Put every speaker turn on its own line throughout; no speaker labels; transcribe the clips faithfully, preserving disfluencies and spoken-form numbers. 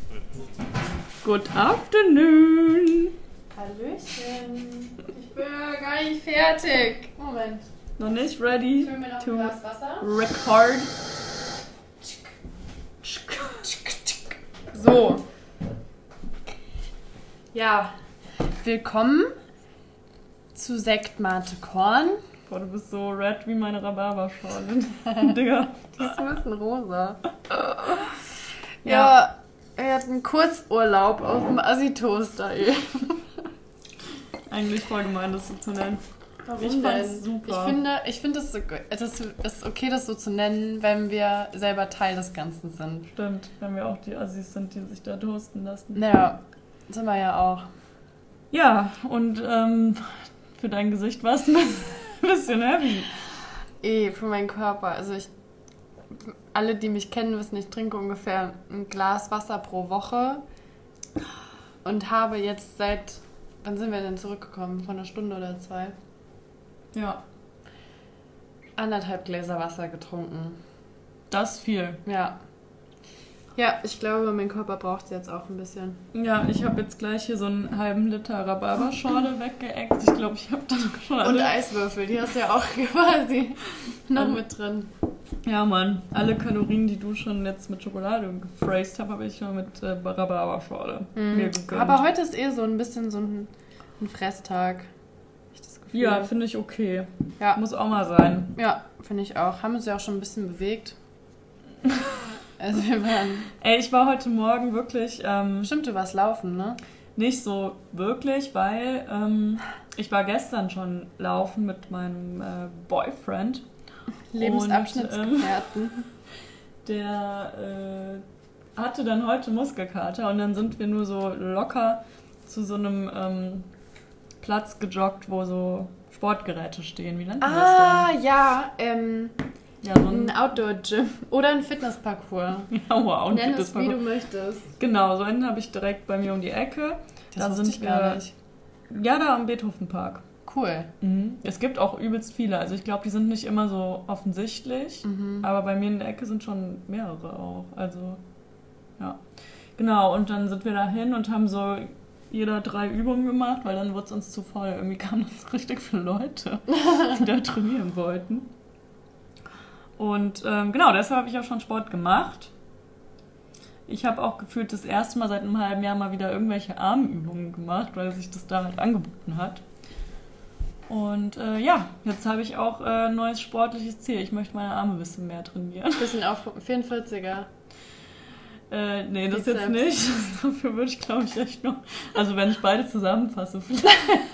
Good afternoon.
Hallöchen. Ich bin ja gar nicht fertig. Moment.
Noch nicht ready
Ich hol mir noch
to
ein Glas Wasser.
record.
So. Ja. Willkommen zu Sekt Mate Korn.
Boah, du bist so red wie meine Rhabarberschorle. Digga.
Die ist ein bisschen rosa. Ja.
Ja.
Wir hatten Kurzurlaub auf dem Assi-Toaster.
Eigentlich voll gemein, das so zu nennen.
Warum
Ich fand's super.
Ich finde, ich finde es das ist okay, das so zu nennen, wenn wir selber Teil des Ganzen sind.
Stimmt, wenn wir auch die Assis sind, die sich da toasten lassen.
Naja, sind wir ja auch.
Ja, und ähm, für dein Gesicht war es ein bisschen heavy.
Eh, für meinen Körper. Also ich, alle, die mich kennen, wissen, ich trinke ungefähr ein Glas Wasser pro Woche und habe jetzt seit, wann sind wir denn zurückgekommen? Von einer Stunde oder zwei?
Ja,
Anderthalb Gläser Wasser getrunken.
das viel.
Ja. Ja, ich glaube, mein Körper braucht es jetzt auch ein bisschen.
Ja, ich habe jetzt gleich hier so einen halben Liter Rhabarberschorle weggeäxt. Ich glaube, ich habe da schon
Und
alle...
Eiswürfel, die hast du ja auch quasi noch
Ähm,
mit drin.
Ja, Mann. Alle Kalorien, die du schon jetzt mit Schokolade gefraced hast, habe ich schon mit äh, Rhabarberschorle mir gegönnt.
Aber heute ist eh so ein bisschen so ein, ein Fresstag. Hab ich das Gefühl.
Ja, finde ich okay.
Ja.
Muss auch mal sein.
Ja, finde ich auch. Haben uns ja auch schon ein bisschen bewegt. Also wir waren...
Ey, ich war heute Morgen wirklich... Ähm,
Stimmt, du warst laufen, ne?
nicht so wirklich, weil ähm, ich war gestern schon laufen mit meinem äh, Boyfriend.
Lebensabschnittsgefährten.
Und, ähm, der äh, hatte dann heute Muskelkater und dann sind wir nur so locker zu so einem ähm, Platz gejoggt, wo so Sportgeräte stehen. Wie nennt man
Ah,
das
ja, ähm,
denn? Ja, so
ein
ein,
Outdoor-Gym oder ein Fitnessparcours.
ja, wow, ein
Nenn es, wie du
Fitnessparcours.
möchtest.
Genau, so einen habe ich direkt bei mir um die Ecke.
Das
Da
wusste
sind
ich gar
wir-
nicht.
Ja, da am Beethovenpark.
Cool.
Mhm. Es gibt auch übelst viele. Also ich glaube, die sind nicht immer so offensichtlich.
Mhm.
Aber bei mir in der Ecke sind schon mehrere auch. Also, ja. Genau, und dann sind wir da hin und haben so jeder drei Übungen gemacht, weil dann wurde es uns zu voll. Irgendwie kamen so richtig viele Leute, die da trainieren wollten. Und ähm, genau, deshalb habe ich auch schon Sport gemacht. Ich habe auch gefühlt das erste Mal seit einem halben Jahr mal wieder irgendwelche Armübungen gemacht, weil sich das da halt angeboten hat. Und äh, ja, jetzt habe ich auch äh, ein neues sportliches Ziel. Ich möchte meine Arme ein bisschen mehr trainieren.
Bisschen auf vierundvierziger.
Äh, nee, das jetzt
Bizeps.
nicht. Dafür würde ich, glaube ich, echt noch... Also wenn ich beide zusammenfasse, vielleicht.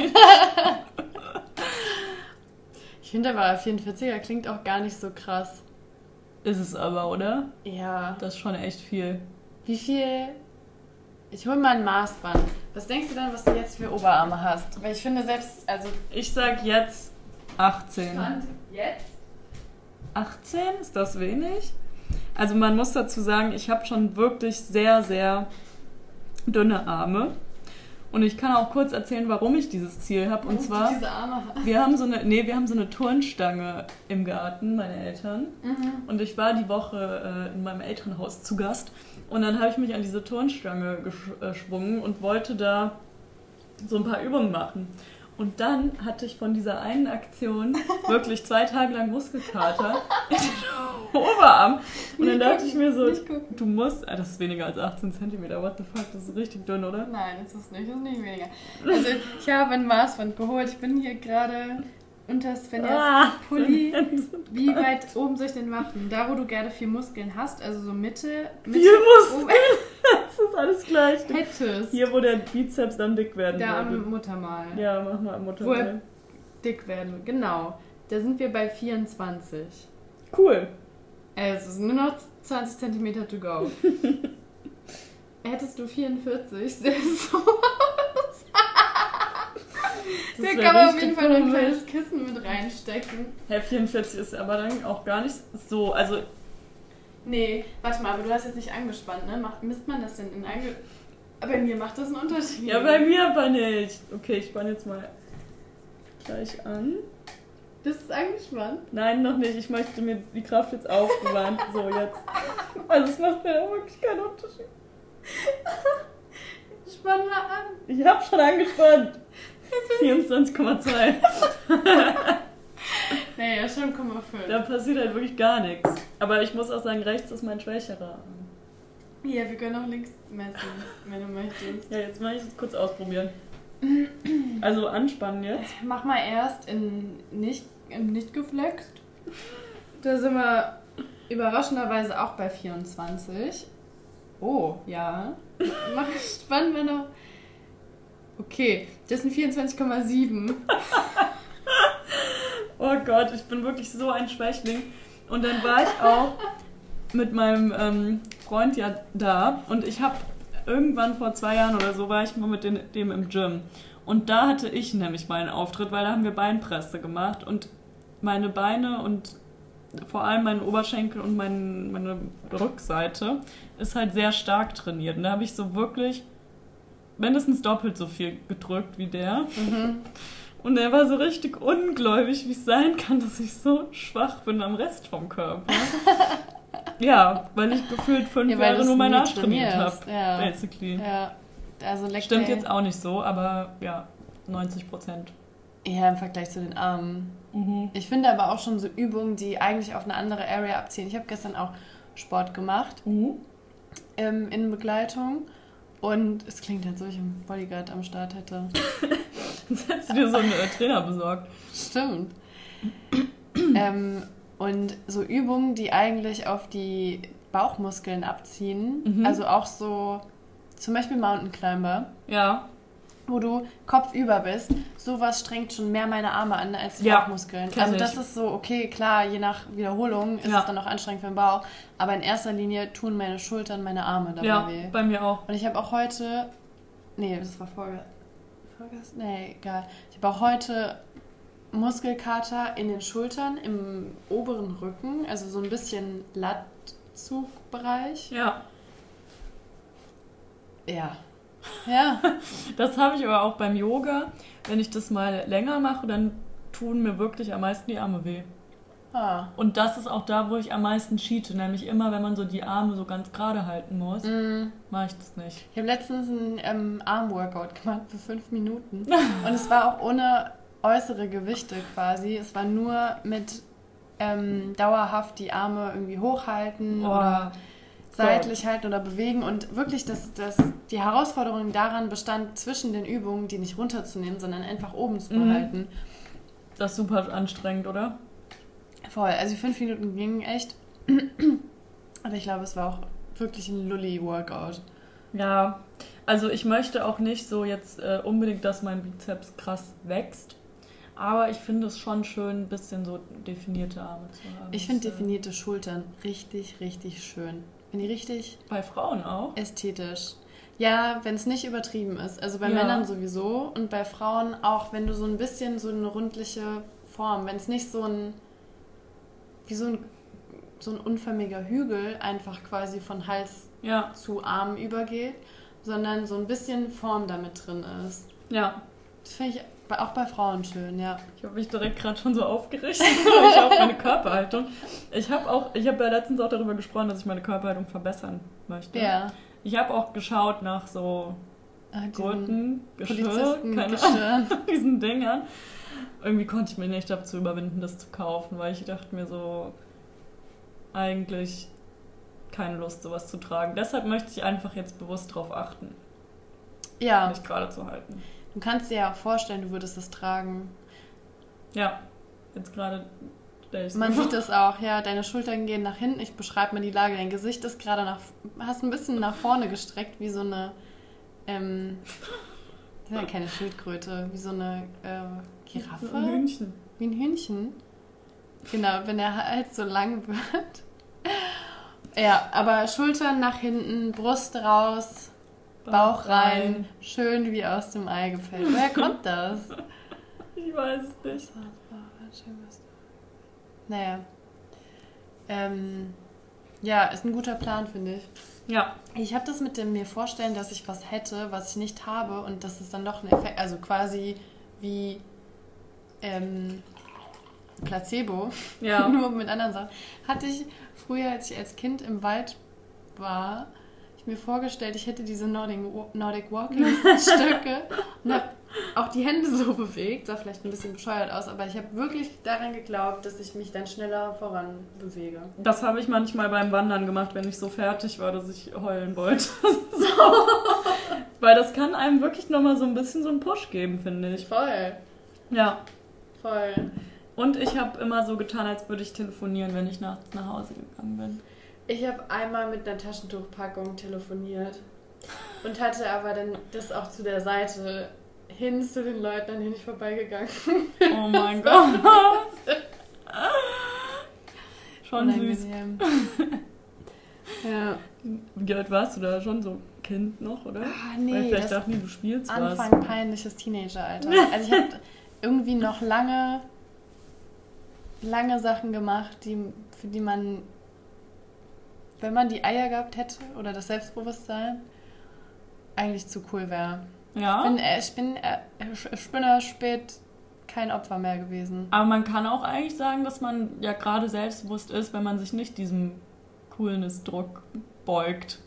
Ich finde aber vierundvierziger klingt auch gar nicht so krass.
Ist es aber, oder?
Ja.
Das ist schon echt viel.
Wie viel... Ich hole mal ein Maßband. Was denkst du denn, was du jetzt für Oberarme hast? Weil ich finde selbst, also...
Ich sag jetzt achtzehn.
Stand jetzt?
achtzehn? Ist das wenig? Also man muss dazu sagen, ich habe schon wirklich sehr, sehr dünne Arme. Und ich kann auch kurz erzählen, warum ich dieses Ziel habe. Und
Warum
zwar,
du diese Arme hast.
wir haben so eine, nee, wir haben so eine Turnstange im Garten, meine Eltern.
Mhm.
Und ich war die Woche äh, in meinem Elternhaus zu Gast. Und dann habe ich mich an diese Turnstange geschwungen und wollte da so ein paar Übungen machen. Und dann hatte ich von dieser einen Aktion wirklich zwei Tage lang Muskelkater in den Oberarm. Und dann dachte ich mir so,
Nicht gucken.
du musst, ah, das ist weniger als achtzehn Zentimeter, what the fuck, das ist richtig dünn, oder?
Nein, das ist nicht, das ist nicht weniger. Also ich habe ein Maßband geholt. Ich bin hier gerade unter Svenjas
Ah,
Pulli.
sind
Wie weit oben soll ich denn machen? Da, wo du gerne viel Muskeln hast, also so Mitte. Mitte
Viel Muskeln?
oben-
Das ist alles gleich.
Hättest.
Hier, wo der Bizeps dann dick werden
Da
würde.
am Muttermal.
Ja, mach mal am
Wo
Muttermal.
er dick werden. Genau. Da sind wir bei vierundzwanzig.
Cool.
Also es sind nur noch zwanzig Zentimeter to go. Hättest du vierundvierzig, sähe es so aus.
Das
Da
wär
kann man auf
richtig
jeden Fall noch ein
komisch.
kleines Kissen mit reinstecken.
Hä, vierundvierzig ist aber dann auch gar nicht so, also
Nee, warte mal, aber du hast jetzt nicht angespannt, ne? Macht, misst man das denn in ange... Bei mir macht das einen Unterschied.
ja, bei mir aber nicht. Okay, ich spanne jetzt mal gleich an.
Bist du angespannt?
Nein, noch nicht. Ich möchte mir die Kraft jetzt aufbewahren. So, jetzt. Also es macht mir da wirklich keinen Unterschied.
Spann mal an.
Ich hab schon angespannt. vierundzwanzig Komma zwei.
Naja, schon Komma fünf.
Da passiert halt wirklich gar nichts. Aber ich muss auch sagen, rechts ist mein schwächerer Arm.
Ja, wir können auch links messen, wenn du möchtest.
Ja, jetzt mache ich es kurz ausprobieren. Also anspannen jetzt.
Mach mal erst in nicht, in nicht geflext. Da sind wir überraschenderweise auch bei vierundzwanzig. Oh, ja. Mach spannen wir noch. Okay, das sind vierundzwanzig Komma sieben.
Oh Gott, ich bin wirklich so ein Schwächling. Und dann war ich auch mit meinem ähm, Freund ja da und ich habe irgendwann vor zwei Jahren oder so war ich mal mit den, dem im Gym. Und da hatte ich nämlich meinen Auftritt, weil da haben wir Beinpresse gemacht und meine Beine und vor allem mein Oberschenkel und mein, meine Rückseite ist halt sehr stark trainiert. Und da habe ich so wirklich mindestens doppelt so viel gedrückt wie der.
Mhm.
Und er war so richtig ungläubig, wie es sein kann, dass ich so schwach bin am Rest vom Körper. Ja, weil ich gefühlt fünf
Ja, weil
Jahre
du's
nur meinen
nie
Arsch trainiert habe.
trainierst, ja.
Basically.
Ja, also leckt
Stimmt
der-
jetzt auch nicht so, aber ja, neunzig Prozent.
Ja, im Vergleich zu den Armen.
Mhm.
Ich finde aber auch schon so Übungen, die eigentlich auf eine andere Area abziehen. Ich habe gestern auch Sport gemacht
Mhm.
ähm, in Begleitung und es klingt, als ob ich einen Bodyguard am Start hätte.
Jetzt hättest du dir so einen äh, Trainer besorgt.
Stimmt. ähm, und so Übungen, die eigentlich auf die Bauchmuskeln abziehen,
Mhm.
also auch so zum Beispiel Mountain Climber,
Ja.
wo du kopfüber bist, sowas strengt schon mehr meine Arme an als die
Ja,
Bauchmuskeln.
kenn
Also
ich.
das ist so, okay, klar, je nach Wiederholung ist
Ja.
es dann auch anstrengend für den Bauch, aber in erster Linie tun meine Schultern, meine Arme dabei
Ja,
weh.
bei mir auch.
Und ich habe auch heute, nee, das war vorge... Vorgest? Nee, egal. Ich habe auch heute Muskelkater in den Schultern, im oberen Rücken, also so ein bisschen Lattzugbereich.
Ja.
Ja. Ja.
Das habe ich aber auch beim Yoga. Wenn ich das mal länger mache, dann tun mir wirklich am meisten die Arme weh.
Ah.
Und das ist auch da, wo ich am meisten cheate. Nämlich immer, wenn man so die Arme so ganz gerade halten muss,
Mm.
mache ich das nicht.
Ich habe letztens ein ähm, Arm-Workout gemacht für fünf Minuten. Und es war auch ohne äußere Gewichte quasi. Es war nur mit ähm, dauerhaft die Arme irgendwie hochhalten
Oh,
oder seitlich halten oder bewegen. Und wirklich, das, das, die Herausforderung daran bestand, zwischen den Übungen, die nicht runterzunehmen, sondern einfach oben zu
Mhm.
behalten.
Das ist super anstrengend, oder?
Voll. Also die fünf Minuten gingen echt. Aber ich glaube, es war auch wirklich ein Lulli-Workout.
Ja, also ich möchte auch nicht so jetzt äh, unbedingt, dass mein Bizeps krass wächst. Aber ich finde es schon schön, ein bisschen so definierte Arme zu haben.
Ich finde
Das, äh,
definierte Schultern richtig, richtig schön. Wenn die richtig
Bei Frauen auch.
ästhetisch. Ja, wenn es nicht übertrieben ist. Also bei
Ja.
Männern sowieso und bei Frauen auch, wenn du so ein bisschen so eine rundliche Form, wenn es nicht so ein, wie so ein, so ein unförmiger Hügel einfach quasi von Hals
Ja,
zu Arm übergeht, sondern so ein bisschen Form damit drin ist.
ja.
Das finde ich bei- auch bei Frauen schön, ja.
Ich habe mich direkt gerade schon so aufgeregt. Ich auf meine Körperhaltung. Ich habe auch, ich habe ja letztens auch darüber gesprochen, dass ich meine Körperhaltung verbessern möchte.
Ja.
Ich habe auch geschaut nach so
Ah, diesen
Gurten, Geschirr,
Polizisten
keine
Gestirn.
Ahnung, diesen Dingern. Irgendwie konnte ich mich nicht dazu überwinden, das zu kaufen, weil ich dachte mir so, eigentlich keine Lust, sowas zu tragen. Deshalb möchte ich einfach jetzt bewusst drauf achten,
Ja,
nicht gerade zu halten.
du kannst dir ja auch vorstellen, du würdest es tragen.
Ja, jetzt gerade stelle ich es
Man
mir
sieht es auch, ja, deine Schultern gehen nach hinten. Ich beschreibe mal die Lage. Dein Gesicht ist gerade nach, hast ein bisschen nach vorne gestreckt, wie so eine, ähm, das ist ja keine Schildkröte, wie so eine äh, Giraffe,
Ein Hühnchen.
wie ein Hühnchen. Genau, wenn der Hals so lang wird. Ja, aber Schultern nach hinten, Brust raus, Bauch rein, schön wie aus dem Ei gefällt. Woher kommt das?
Ich weiß es nicht.
Naja. Ähm, ja, ist ein guter Plan, finde ich.
Ja,
Ich habe das mit dem mir vorstellen, dass ich was hätte, was ich nicht habe und das ist dann doch ein Effekt, also quasi wie ähm, Placebo,
ja.
nur mit anderen Sachen. Hatte ich früher, als ich als Kind im Wald war, ich mir vorgestellt, ich hätte diese Nordic, Nordic Walking-Stöcke und habe auch die Hände so bewegt. Sah vielleicht ein bisschen bescheuert aus, aber ich habe wirklich daran geglaubt, dass ich mich dann schneller voran bewege.
Das habe ich manchmal beim Wandern gemacht, wenn ich so fertig war, dass ich heulen wollte. Weil das kann einem wirklich nochmal so ein bisschen so einen Push geben, finde ich.
Voll.
Ja.
Voll.
Und ich habe immer so getan, als würde ich telefonieren, wenn ich nachts nach Hause gegangen bin.
Ich habe einmal mit einer Taschentuchpackung telefoniert und hatte aber dann das auch zu der Seite hin zu den Leuten, an denen ich vorbeigegangen bin.
Oh mein Gott. Schon
Unangenehm. Süß. Ja.
Wie alt warst du da? Schon so Kind noch, oder?
Ah, nee.
Weil vielleicht dachten die, du spielst
Anfang
was.
Anfang peinliches Teenageralter. Also ich habe irgendwie noch lange, lange Sachen gemacht, die, für die man, wenn man die Eier gehabt hätte oder das Selbstbewusstsein, eigentlich zu cool wäre.
Ja.
Ich bin, äh, ich bin äh, Spinner spät kein Opfer mehr gewesen.
Aber man kann auch eigentlich sagen, dass man ja gerade selbstbewusst ist, wenn man sich nicht diesem Coolness-Druck beugt.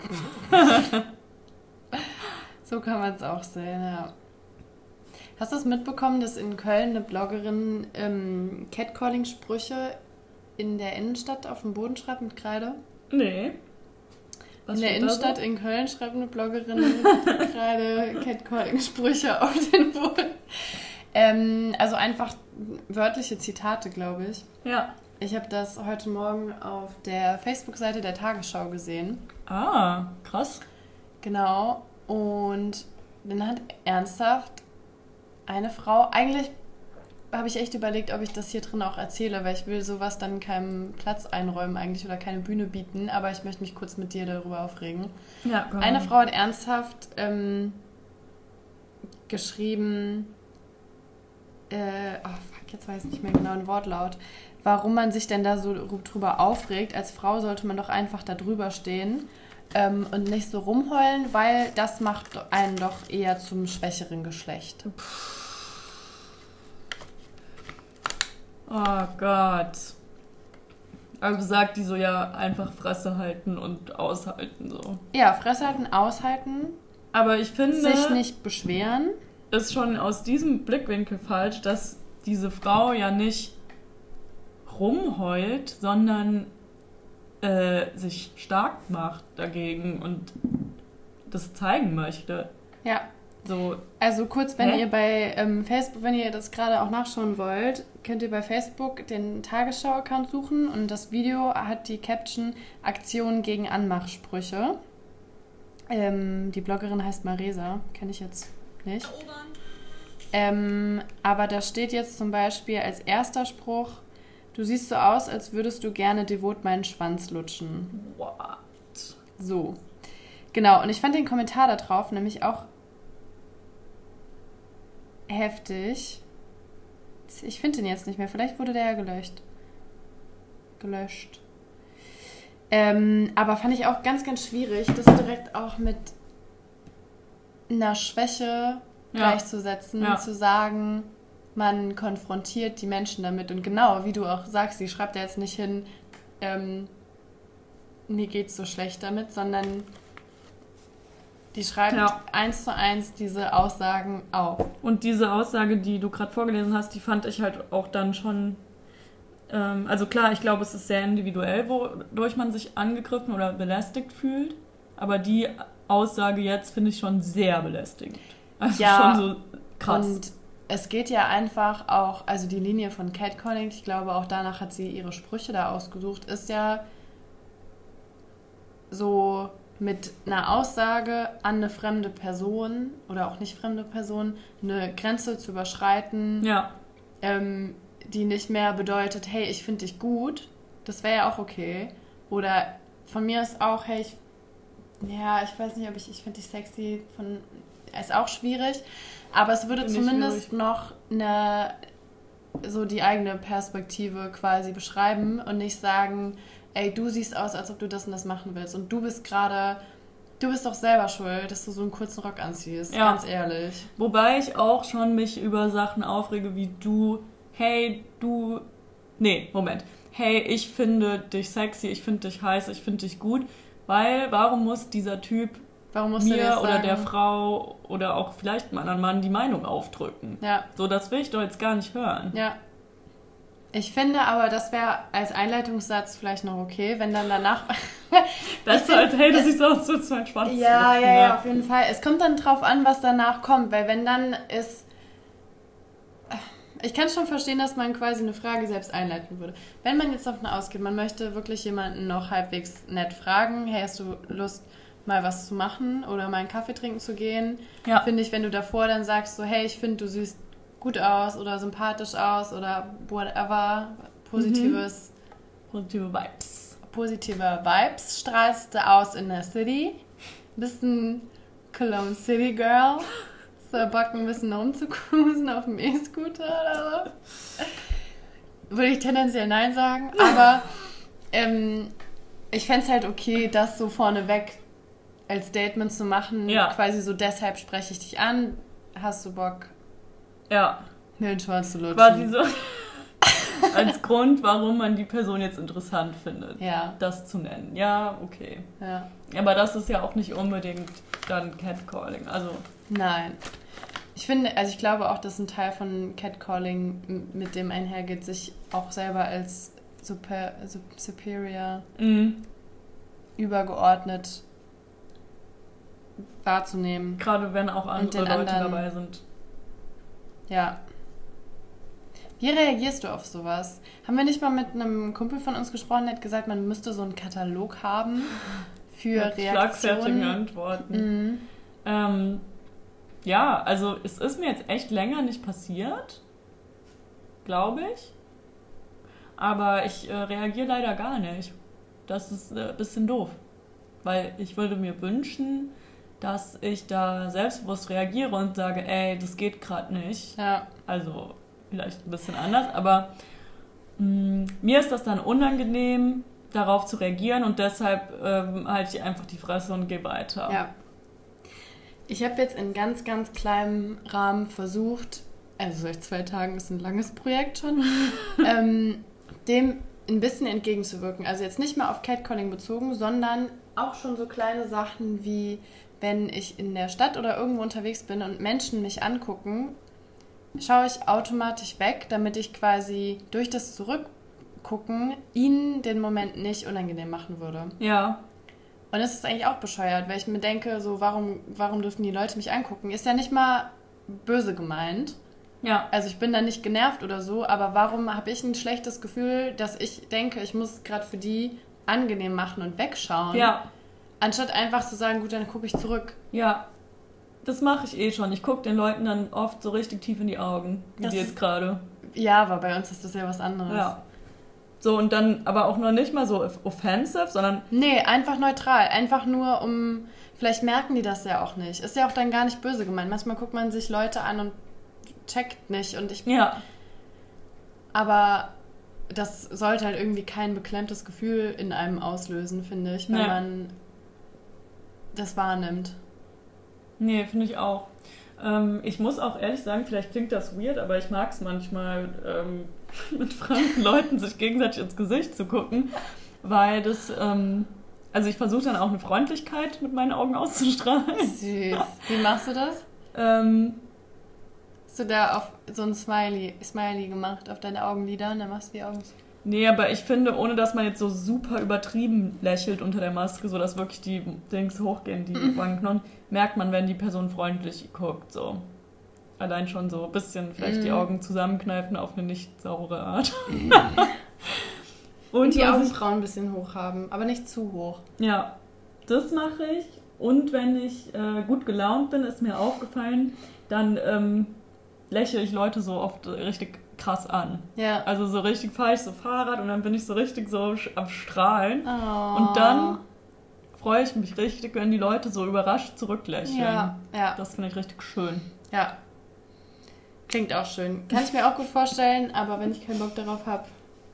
So kann man es auch sehen, ja. Hast du es mitbekommen, dass in Köln eine Bloggerin ähm, Catcalling-Sprüche in der Innenstadt auf dem Boden schreibt mit Kreide?
Nee. Was
in der Innenstadt so? In Köln schreibt eine Bloggerin mit Kreide Catcalling-Sprüche auf den Boden. Ähm, also einfach wörtliche Zitate, glaube ich.
Ja.
Ich habe das heute Morgen auf der Facebook-Seite der Tagesschau gesehen.
Ah, krass.
Genau. Und dann hat ernsthaft eine Frau, eigentlich habe ich echt überlegt, ob ich das hier drin auch erzähle, weil ich will sowas dann keinem Platz einräumen eigentlich oder keine Bühne bieten, aber ich möchte mich kurz mit dir darüber aufregen.
Ja, komm.
Eine Frau hat ernsthaft ähm, geschrieben, äh, oh fuck, jetzt weiß ich nicht mehr genau den Wortlaut, warum man sich denn da so drüber aufregt. Als Frau sollte man doch einfach da drüber stehen ähm, und nicht so rumheulen, weil das macht einen doch eher zum schwächeren Geschlecht.
Oh Gott. Also sagt die so, ja, einfach Fresse halten und aushalten so.
Ja, Fresse halten, aushalten.
Aber ich finde,
sich nicht beschweren.
Ist schon aus diesem Blickwinkel falsch, dass diese Frau ja nicht rumheult, sondern äh, sich stark macht dagegen und das zeigen möchte.
Ja.
So.
Also kurz, wenn
Hä?
ihr bei ähm, Facebook, wenn ihr das gerade auch nachschauen wollt, könnt ihr bei Facebook den Tagesschau-Account suchen und das Video hat die Caption Aktion gegen Anmachsprüche. Ähm, die Bloggerin heißt Maresa, kenne ich jetzt nicht. Ähm, aber da steht jetzt zum Beispiel als erster Spruch: Du siehst so aus, als würdest du gerne devot meinen Schwanz lutschen.
What?
So. Genau, und ich fand den Kommentar da drauf nämlich auch heftig. Ich finde den jetzt nicht mehr. Vielleicht wurde der ja gelöscht. Gelöscht. Ähm, aber fand ich auch ganz, ganz schwierig, das direkt auch mit einer Schwäche
Ja.
gleichzusetzen,
Ja.
zu sagen, man konfrontiert die Menschen damit. Und genau, wie du auch sagst, sie schreibt ja jetzt nicht hin, ähm, mir geht's so schlecht damit, sondern die schreibt
Ja.
eins zu eins diese Aussagen auf.
Und diese Aussage, die du gerade vorgelesen hast, die fand ich halt auch dann schon, ähm, also klar, ich glaube, es ist sehr individuell, wodurch man sich angegriffen oder belästigt fühlt, aber die Aussage jetzt finde ich schon sehr belästigend. Also
Ja,
schon so krass.
Und es geht ja einfach auch, also die Linie von Catcalling, ich glaube auch danach hat sie ihre Sprüche da ausgesucht, ist ja so mit einer Aussage an eine fremde Person oder auch nicht fremde Person eine Grenze zu überschreiten,
Ja,
ähm, die nicht mehr bedeutet, hey, ich finde dich gut, das wäre ja auch okay. Oder von mir ist auch, hey, ich, ja, ich weiß nicht, ob ich, ich finde dich sexy, von, ist auch schwierig, aber es würde
Find ich
zumindest
schwierig.
noch eine, so die eigene Perspektive quasi beschreiben und nicht sagen, ey, du siehst aus, als ob du das und das machen willst und du bist gerade, du bist doch selber schuld, dass du so einen kurzen Rock anziehst,
Ja.
ganz ehrlich.
wobei ich auch schon mich über Sachen aufrege, wie du, hey, du, nee, Moment, hey, ich finde dich sexy, ich finde dich heiß, ich finde dich gut, Weil, warum muss dieser Typ
Warum musst du
mir
das
oder
sagen?
der Frau oder auch vielleicht einem anderen Mann die Meinung aufdrücken?
Ja.
So, das will ich doch jetzt gar nicht hören.
Ja. Ich finde aber, das wäre als Einleitungssatz vielleicht noch okay, wenn dann danach...
Das ist so, als hey, das sieht so aus, so zwei Schwarz.
Ja, ja, ja, auf jeden Fall. Es kommt dann drauf an, was danach kommt, weil wenn dann ist... Ich kann schon verstehen, dass man quasi eine Frage selbst einleiten würde. Wenn man jetzt davon ausgeht, man möchte wirklich jemanden noch halbwegs nett fragen, hey, hast du Lust, mal was zu machen oder mal einen Kaffee trinken zu gehen?
Ja.
Finde ich, wenn du davor dann sagst, so, hey, ich finde, du siehst gut aus oder sympathisch aus oder whatever, positives,
Mhm. Positive Vibes.
positive Vibes, strahlst du aus in der City, bist ein Cologne City Girl, so Bock ein bisschen rumzucruisen auf dem E-Scooter oder so. Würde ich tendenziell nein sagen, aber ähm, ich fände es halt okay, das so vorneweg als Statement zu machen,
Ja.
quasi so, deshalb spreche ich dich an, hast du Bock,
Ja,
mir den Schwanz zu lutschen?
quasi so als Grund, warum man die Person jetzt interessant findet,
Ja,
das zu nennen. Ja, okay.
ja.
Aber das ist ja auch nicht unbedingt dann Catcalling. Also,
Nein. Ich finde, also ich glaube auch, dass ein Teil von Catcalling m- mit dem einhergeht, sich auch selber als super, su- superior,
mh,
übergeordnet wahrzunehmen.
gerade wenn auch andere
den
Leute
anderen-
dabei sind.
Ja. Wie reagierst du auf sowas? Haben wir nicht mal mit einem Kumpel von uns gesprochen, der hat gesagt, man müsste so einen Katalog haben für
Mit schlagfertigen
Reaktionen.
Antworten.
Mhm.
Ähm, ja, also es ist mir jetzt echt länger nicht passiert, glaube ich. Aber ich äh, reagiere leider gar nicht. Das ist äh, ein bisschen doof. Weil ich würde mir wünschen, dass ich da selbstbewusst reagiere und sage, ey, das geht gerade nicht.
Ja,
Also vielleicht ein bisschen anders, aber mh, mir ist das dann unangenehm, darauf zu reagieren und deshalb ähm, halte ich einfach die Fresse und gehe weiter.
ja. Ich habe jetzt in ganz, ganz kleinem Rahmen versucht, also seit zwei Tagen ist ein langes Projekt schon, ähm, dem ein bisschen entgegenzuwirken. Also jetzt nicht mal auf Catcalling bezogen, sondern auch schon so kleine Sachen wie, wenn ich in der Stadt oder irgendwo unterwegs bin und Menschen mich angucken, schaue ich automatisch weg, damit ich quasi durch das Zurückgucken ihnen den Moment nicht unangenehm machen würde.
Ja,
Und das ist eigentlich auch bescheuert, weil ich mir denke, so warum, warum dürfen die Leute mich angucken? Ist ja nicht mal böse gemeint.
ja,
Also ich bin da nicht genervt oder so, aber warum habe ich ein schlechtes Gefühl, dass ich denke, ich muss es gerade für die angenehm machen und wegschauen?
ja,
Anstatt einfach zu sagen, gut, dann gucke ich zurück.
ja. Das mache ich eh schon. Ich gucke den Leuten dann oft so richtig tief in die Augen, wie
Das
die jetzt
ist-
gerade.
Ja, aber bei uns ist das ja was anderes.
Ja. So, und dann aber auch noch nicht mal so offensive, sondern
Nee, einfach neutral. Einfach nur um, vielleicht merken die das ja auch nicht. Ist ja auch dann gar nicht böse gemeint. Manchmal guckt man sich Leute an und checkt nicht. Und ich,
ja,
aber das sollte halt irgendwie kein beklemmtes Gefühl in einem auslösen, finde ich, wenn
Ja.
man das wahrnimmt.
nee, finde ich auch. Ähm, ich muss auch ehrlich sagen, vielleicht klingt das weird, aber ich mag es manchmal, ähm, mit fremden Leuten sich gegenseitig ins Gesicht zu gucken, weil das, ähm, also ich versuche dann auch eine Freundlichkeit mit meinen Augen auszustrahlen.
Süß. Wie machst du das?
Ähm,
Hast du da auf so ein Smiley, Smiley gemacht auf deine Augenlider und dann machst du die Augen so.
nee, aber ich finde, ohne dass man jetzt so super übertrieben lächelt unter der Maske, so dass wirklich die Dings hochgehen, die Wangenknochen, merkt man, wenn die Person freundlich guckt, so. Allein schon so ein bisschen vielleicht die
Mhm.
Augen zusammenkneifen auf eine nicht saure Art.
Und die
was
Augenbrauen ein bisschen hoch haben, aber nicht zu hoch.
Ich, ja, das mache ich. Und wenn ich äh, gut gelaunt bin, ist mir aufgefallen, dann ähm, lächle ich Leute so oft richtig krass an.
Ja.
Also so richtig fahre ich so Fahrrad und dann bin ich so richtig so sch- am Strahlen.
Oh.
Und dann freue ich mich richtig, wenn die Leute so überrascht zurücklächeln.
Ja, ja,
Das finde ich richtig schön.
ja. Klingt auch schön. Kann ich mir auch gut vorstellen, aber wenn ich keinen Bock darauf habe.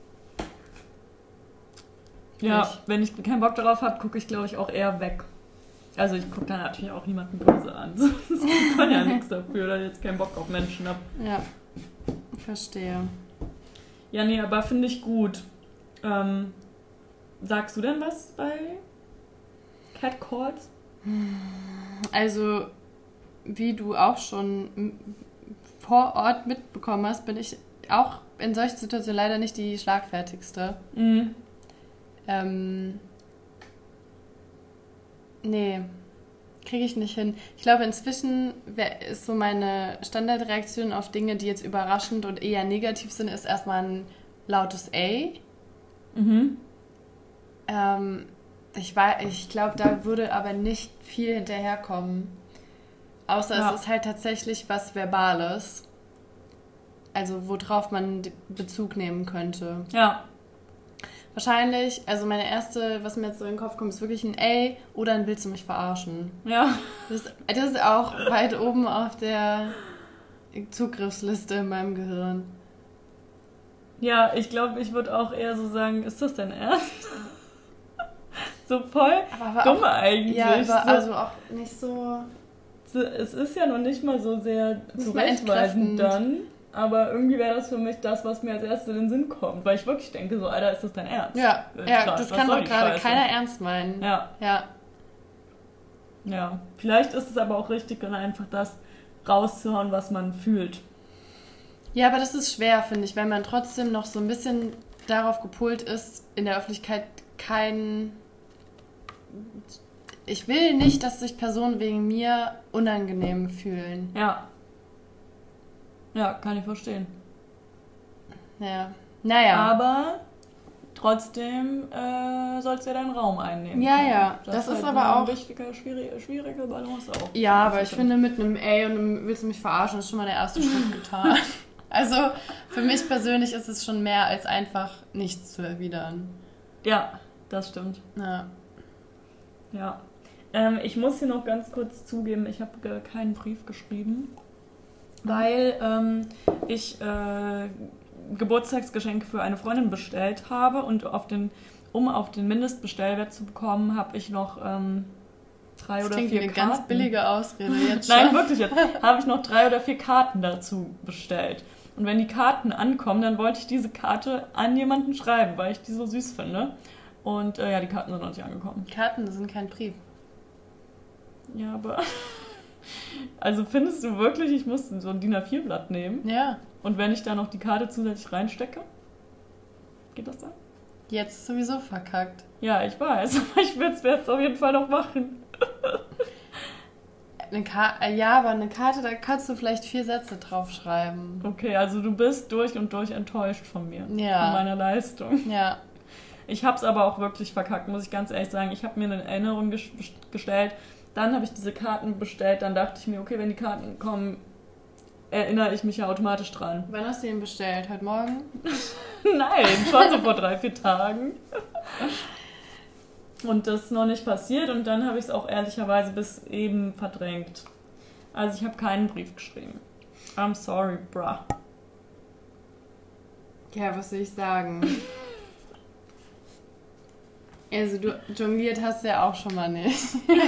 Ja,
Nicht.
wenn ich keinen Bock darauf habe, gucke ich, glaube ich, auch eher weg. Also ich gucke dann natürlich auch niemanden böse an. Ich kann ja nichts dafür, dass ich jetzt keinen Bock auf Menschen habe.
Ja, verstehe.
Ja, nee, aber finde ich gut. Ähm, sagst du denn was bei Catcalls?
Also, wie du auch schon m- vor Ort mitbekommen hast, bin ich auch in solchen Situationen leider nicht die schlagfertigste.
Mhm.
Ähm, nee, kriege ich nicht hin. Ich glaube, inzwischen wär, ist so meine Standardreaktion auf Dinge, die jetzt überraschend und eher negativ sind, ist erstmal ein lautes A.
Mhm.
Ähm, ich war, ich glaube, da würde aber nicht viel hinterherkommen. Außer
Ja.
es ist halt tatsächlich was Verbales. Also worauf man d- Bezug nehmen könnte.
Ja.
Wahrscheinlich, also meine erste, was mir jetzt so in den Kopf kommt, ist wirklich ein A oder ein Willst du mich verarschen?
Ja.
Das, das ist auch weit oben auf der Zugriffsliste in meinem Gehirn.
Ja, ich glaube, ich würde auch eher so sagen, ist das denn ernst? So voll
Aber, aber
dumm
auch,
eigentlich.
ja, aber
so,
also auch nicht so...
so, es ist ja noch nicht mal so sehr
Nicht mal
zurechtweisend
entkräftend.
dann, aber irgendwie wäre das für mich das, was mir als erstes in den Sinn kommt, weil ich wirklich denke, so, Alter, ist das dein Ernst?
Ja,
Äh,
ja
klar,
das
was
kann
soll
doch
die
gerade
Scheiße?
keiner ernst meinen.
Ja,
Ja.
ja. Vielleicht ist es aber auch richtig, dann einfach das rauszuhauen, was man fühlt.
Ja, aber das ist schwer, finde ich, wenn man trotzdem noch so ein bisschen darauf gepolt ist, in der Öffentlichkeit kein... Ich will nicht, dass sich Personen wegen mir unangenehm fühlen.
Ja. Ja, kann ich verstehen.
Ja. Naja.
Aber trotzdem äh, soll es ja deinen Raum einnehmen.
Ja,
können.
ja. Das ist
halt
aber
eine
auch-
wichtige, schwierige, schwierige Balance auch.
Ja, aber ich
Das
finde, mit einem A und einem Willst du mich verarschen, ist schon mal der erste Schritt getan. Also, für mich persönlich ist es schon mehr als einfach nichts zu erwidern.
Ja, das stimmt.
Ja.
Ja. Ähm, ich muss hier noch ganz kurz zugeben, ich habe ge- keinen Brief geschrieben, weil ähm, ich äh, Geburtstagsgeschenke für eine Freundin bestellt habe und auf den, um auf den Mindestbestellwert zu bekommen, habe ich noch ähm, drei
Das
oder
klingt wie
vier
eine
Karten.
ganz billige Ausrede jetzt schon.
Nein, wirklich jetzt. Habe ich noch drei oder vier Karten dazu bestellt. Und wenn die Karten ankommen, dann wollte ich diese Karte an jemanden schreiben, weil ich die so süß finde. Und äh, ja, die Karten sind noch nicht angekommen.
Karten sind kein Brief.
Ja, aber... Also findest du wirklich, ich muss so ein D I N A vier Blatt nehmen?
Ja.
Und wenn ich da noch die Karte zusätzlich reinstecke? Geht das dann?
Jetzt ist sowieso verkackt.
Ja, ich weiß. Aber ich will es jetzt auf jeden Fall noch machen.
Eine Ka- äh, ja, aber eine Karte, da kannst du vielleicht vier Sätze draufschreiben.
Okay, also du bist durch und durch enttäuscht von mir.
Ja.
Von meiner Leistung.
Ja.
Ich habe es aber auch wirklich verkackt, muss ich ganz ehrlich sagen. Ich habe mir eine Erinnerung ges- gestellt, dann habe ich diese Karten bestellt, dann dachte ich mir, okay, wenn die Karten kommen, erinnere ich mich ja automatisch dran.
Wann hast du ihn bestellt? Heute Morgen?
Nein, schon so vor drei, vier Tagen. Und das ist noch nicht passiert und dann habe ich es auch ehrlicherweise bis eben verdrängt. Also ich habe keinen Brief geschrieben. I'm sorry, bruh.
Ja, was soll ich sagen? Also du jongliert hast du ja auch schon mal nicht.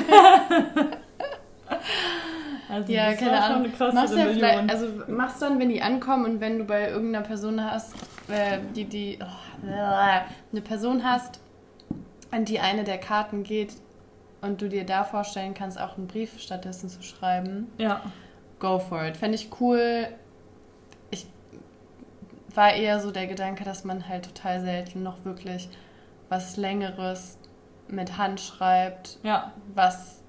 Also
Ja,
das
keine
war schon
Ahnung.
eine krasse
Machst ja
Rebellion.
vielleicht, also machst dann, wenn die ankommen und wenn du bei irgendeiner Person hast, äh, die, die, oh, eine Person hast, an die eine der Karten geht und du dir da vorstellen kannst, auch einen Brief stattdessen zu schreiben,
Ja.
go for it. Fände ich cool. Ich war eher so der Gedanke, dass man halt total selten noch wirklich was Längeres mit Hand schreibt,
Ja.
was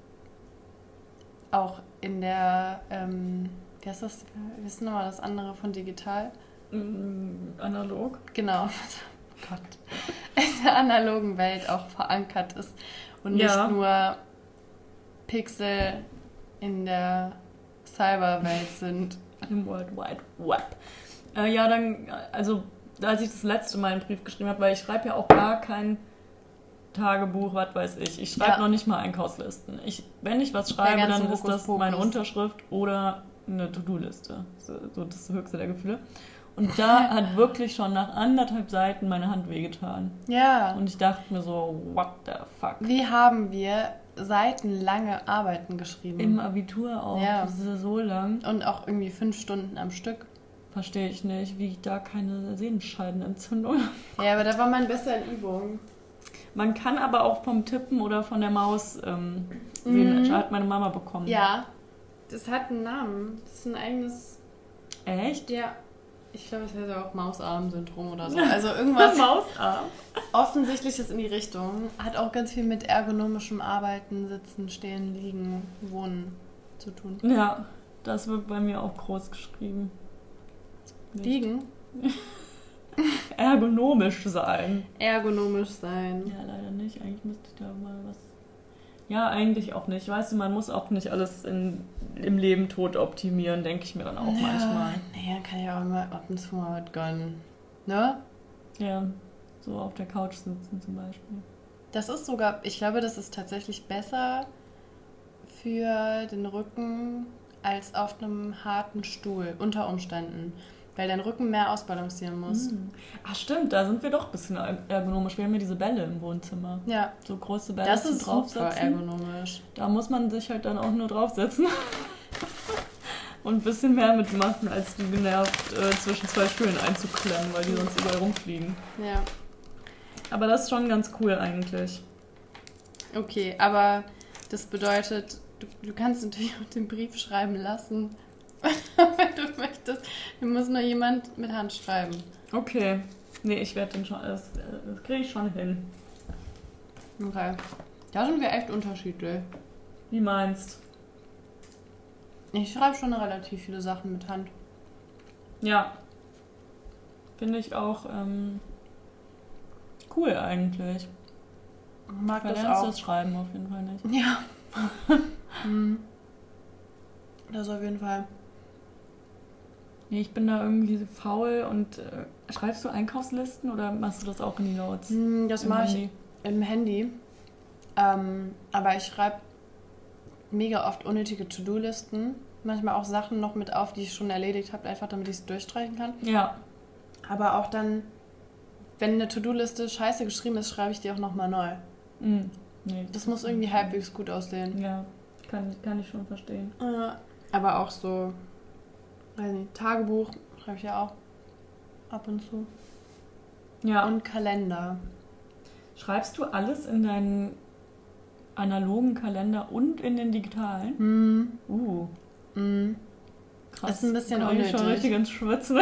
auch in der, ähm, wie heißt das, wir wissen nochmal das andere von digital?
Mm, analog.
Genau, oh Gott, in der analogen Welt auch verankert ist und nicht
Ja.
nur Pixel in der Cyberwelt sind.
Im World Wide Web. Äh, ja, dann, also als ich das letzte Mal einen Brief geschrieben habe, weil ich schreibe ja auch gar kein Tagebuch, was weiß ich. Ich schreibe
Ja.
noch nicht mal Einkaufslisten. Ich, wenn ich was schreibe,
ganze
dann ist das
Hokuspokus.
meine Unterschrift oder eine To-Do-Liste. So, so das höchste der Gefühle. Und da hat wirklich schon nach anderthalb Seiten meine Hand wehgetan.
Ja.
Und ich dachte mir so, what the fuck?
Wie haben wir seitenlange Arbeiten geschrieben?
Im Abitur auch.
Ja.
Das ist ja so lang.
Und auch irgendwie fünf Stunden am Stück.
Verstehe ich nicht, wie ich da keine Sehenscheidenentzündung.
Ja, aber da war man besser in Übung.
Man kann aber auch vom Tippen oder von der Maus ähm, sehen.
Mhm.
Hat meine Mama bekommen.
Ja, das hat einen Namen. Das ist ein eigenes...
Echt?
Ja. Ich glaube, es heißt ja auch Mausarm-Syndrom oder so. Also irgendwas
Mausarm.
Offensichtliches in die Richtung. Hat auch ganz viel mit ergonomischem Arbeiten, Sitzen, Stehen, Liegen, Wohnen zu tun.
Ja, das wird bei mir auch groß geschrieben. Nicht.
Liegen?
Ergonomisch sein.
Ergonomisch sein.
Ja, leider nicht. Eigentlich müsste ich da mal was... Ja, eigentlich auch nicht. Weißt du, man muss auch nicht alles in, im Leben tot optimieren, denke ich mir dann auch
ja,
manchmal.
Naja, kann ich auch immer ab und zu mal was gönnen. Ne?
Ja, so auf der Couch sitzen zum Beispiel.
Das ist sogar, ich glaube, das ist tatsächlich besser für den Rücken als auf einem harten Stuhl, unter Umständen. Weil dein Rücken mehr ausbalancieren muss.
Hm. Ach stimmt, da sind wir doch ein bisschen ergonomisch. Wir haben ja diese Bälle im Wohnzimmer.
Ja.
So große Bälle
Das
zum
ist super
draufsetzen.
ergonomisch.
Da muss man sich halt dann auch nur draufsetzen. Und ein bisschen mehr mitmachen, als die genervt äh, zwischen zwei Stühlen einzuklemmen, weil die sonst überall rumfliegen.
Ja.
Aber das ist schon ganz cool eigentlich.
Okay, aber das bedeutet, du, du kannst natürlich auch den Brief schreiben lassen, wenn du möchtest. Du musst nur jemand mit Hand schreiben.
Okay. Nee, ich werde den schon, das, das kriege ich schon hin.
Okay. Da sind wir echt unterschiedlich.
Wie meinst?
Ich schreibe schon relativ viele Sachen mit Hand.
Ja. Finde ich auch ähm, cool eigentlich.
Ich mag das
Verlernst
auch.
das Schreiben auf jeden Fall nicht.
Ja. hm. Das auf jeden Fall.
Nee, ich bin da irgendwie faul und äh, schreibst du Einkaufslisten oder machst du das auch in die Notes?
Hm, das
Im
mache ich
Handy?
im Handy. Ähm, aber ich schreibe mega oft unnötige To-Do-Listen. Manchmal auch Sachen noch mit auf, die ich schon erledigt habe, einfach damit ich es durchstreichen kann.
Ja.
Aber auch dann, wenn eine To-Do-Liste scheiße geschrieben ist, schreibe ich die auch nochmal neu.
Mhm. Nee,
Das muss irgendwie halbwegs gut aussehen.
Ja, kann, kann ich schon verstehen.
Äh, aber auch so, weiß nicht, Tagebuch schreibe ich ja auch ab und zu.
Ja.
Und Kalender.
Schreibst du alles in deinen analogen Kalender und in den digitalen?
Hm.
Uh,
Hm.
krass.
Ist ein bisschen
Komm ich schon
unnötig.
richtig ins Schwitzen.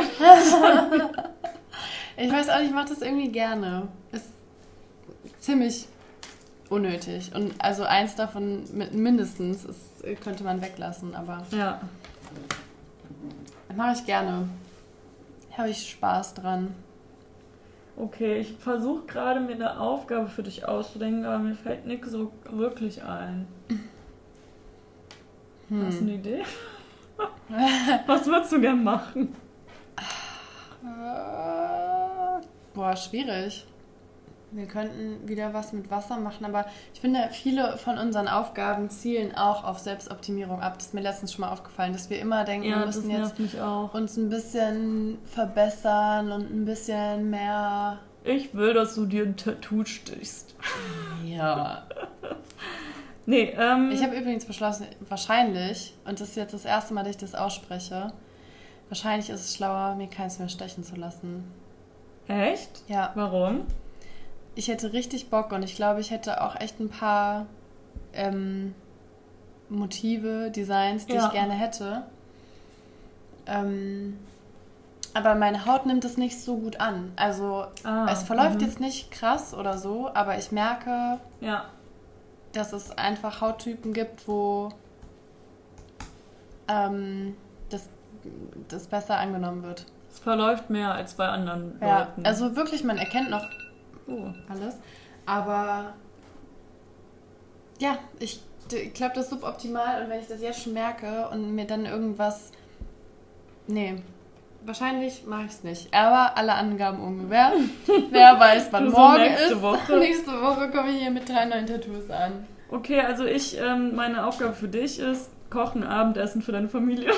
Ich weiß auch nicht, ich mache das irgendwie gerne. Ist ziemlich unnötig. Und also eins davon mit mindestens ist, könnte man weglassen, aber
Ja.
mache ich gerne. Habe ich Spaß dran.
Okay, ich versuche gerade mir eine Aufgabe für dich auszudenken, aber mir fällt nichts so wirklich ein.
Hm.
Hast du eine Idee? Was würdest du gern machen?
Äh, Boah, schwierig. Wir könnten wieder was mit Wasser machen, aber ich finde, viele von unseren Aufgaben zielen auch auf Selbstoptimierung ab. Das ist mir letztens schon mal aufgefallen, dass wir immer denken,
Ja,
wir
das
müssen jetzt
nervt mich auch.
uns ein bisschen verbessern und ein bisschen mehr...
Ich will, dass du dir ein Tattoo stichst.
Ja.
Nee, ähm...
Ich habe übrigens beschlossen, wahrscheinlich, und das ist jetzt das erste Mal, dass ich das ausspreche, wahrscheinlich ist es schlauer, mir keins mehr stechen zu lassen.
Echt?
Ja.
Warum?
Ich hätte richtig Bock und ich glaube, ich hätte auch echt ein paar ähm, Motive, Designs, die
Ja.
ich gerne hätte. Ähm, aber meine Haut nimmt es nicht so gut an. Also
Ah,
es verläuft
mhm.
jetzt nicht krass oder so, aber ich merke,
Ja.
dass es einfach Hauttypen gibt, wo ähm, das, das besser angenommen wird.
Es verläuft mehr als bei anderen
Ja,
Leuten.
also wirklich, man erkennt noch
Oh.
alles. Aber ja, ich, ich glaube, das ist suboptimal und wenn ich das jetzt schon merke und mir dann irgendwas... Nee, wahrscheinlich mache ich es nicht. Aber alle Angaben ungefähr. Wer weiß, wann
So
morgen
nächste
ist.
Woche.
Nächste Woche komme ich hier mit drei neuen Tattoos an.
Okay, also ich, ähm, meine Aufgabe für dich ist, kochen, Abendessen für deine Familie.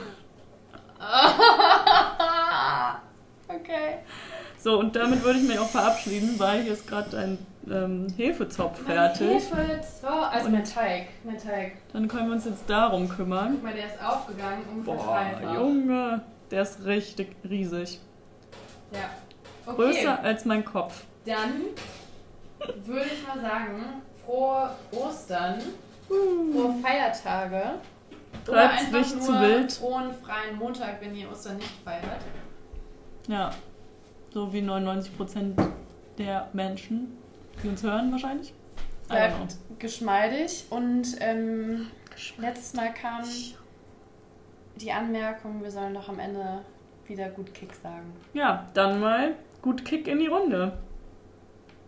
Okay.
So, und damit würde ich mich auch verabschieden, weil hier ist gerade ein ähm, Hefezopf fertig.
Hefe, so, also
Und-
mein Teig, mein Teig.
Dann können wir uns jetzt darum kümmern.
Guck mal, der ist aufgegangen, ungefähr
Boah,
dreifach.
Junge, der ist richtig riesig.
Ja. Okay,
Größer als mein Kopf.
dann würde ich mal sagen, frohe Ostern, frohe Feiertage. Oder
Bleibt's
einfach
nicht
nur
zu wild.
frohen freien Montag, wenn ihr Ostern nicht feiert.
Ja, so wie neunundneunzig Prozent der Menschen, die uns hören wahrscheinlich. I don't know.
Bleibt geschmeidig und ähm, letztes Mal kam die Anmerkung, wir sollen doch am Ende wieder gut Kick sagen.
Ja, dann mal gut Kick in die Runde.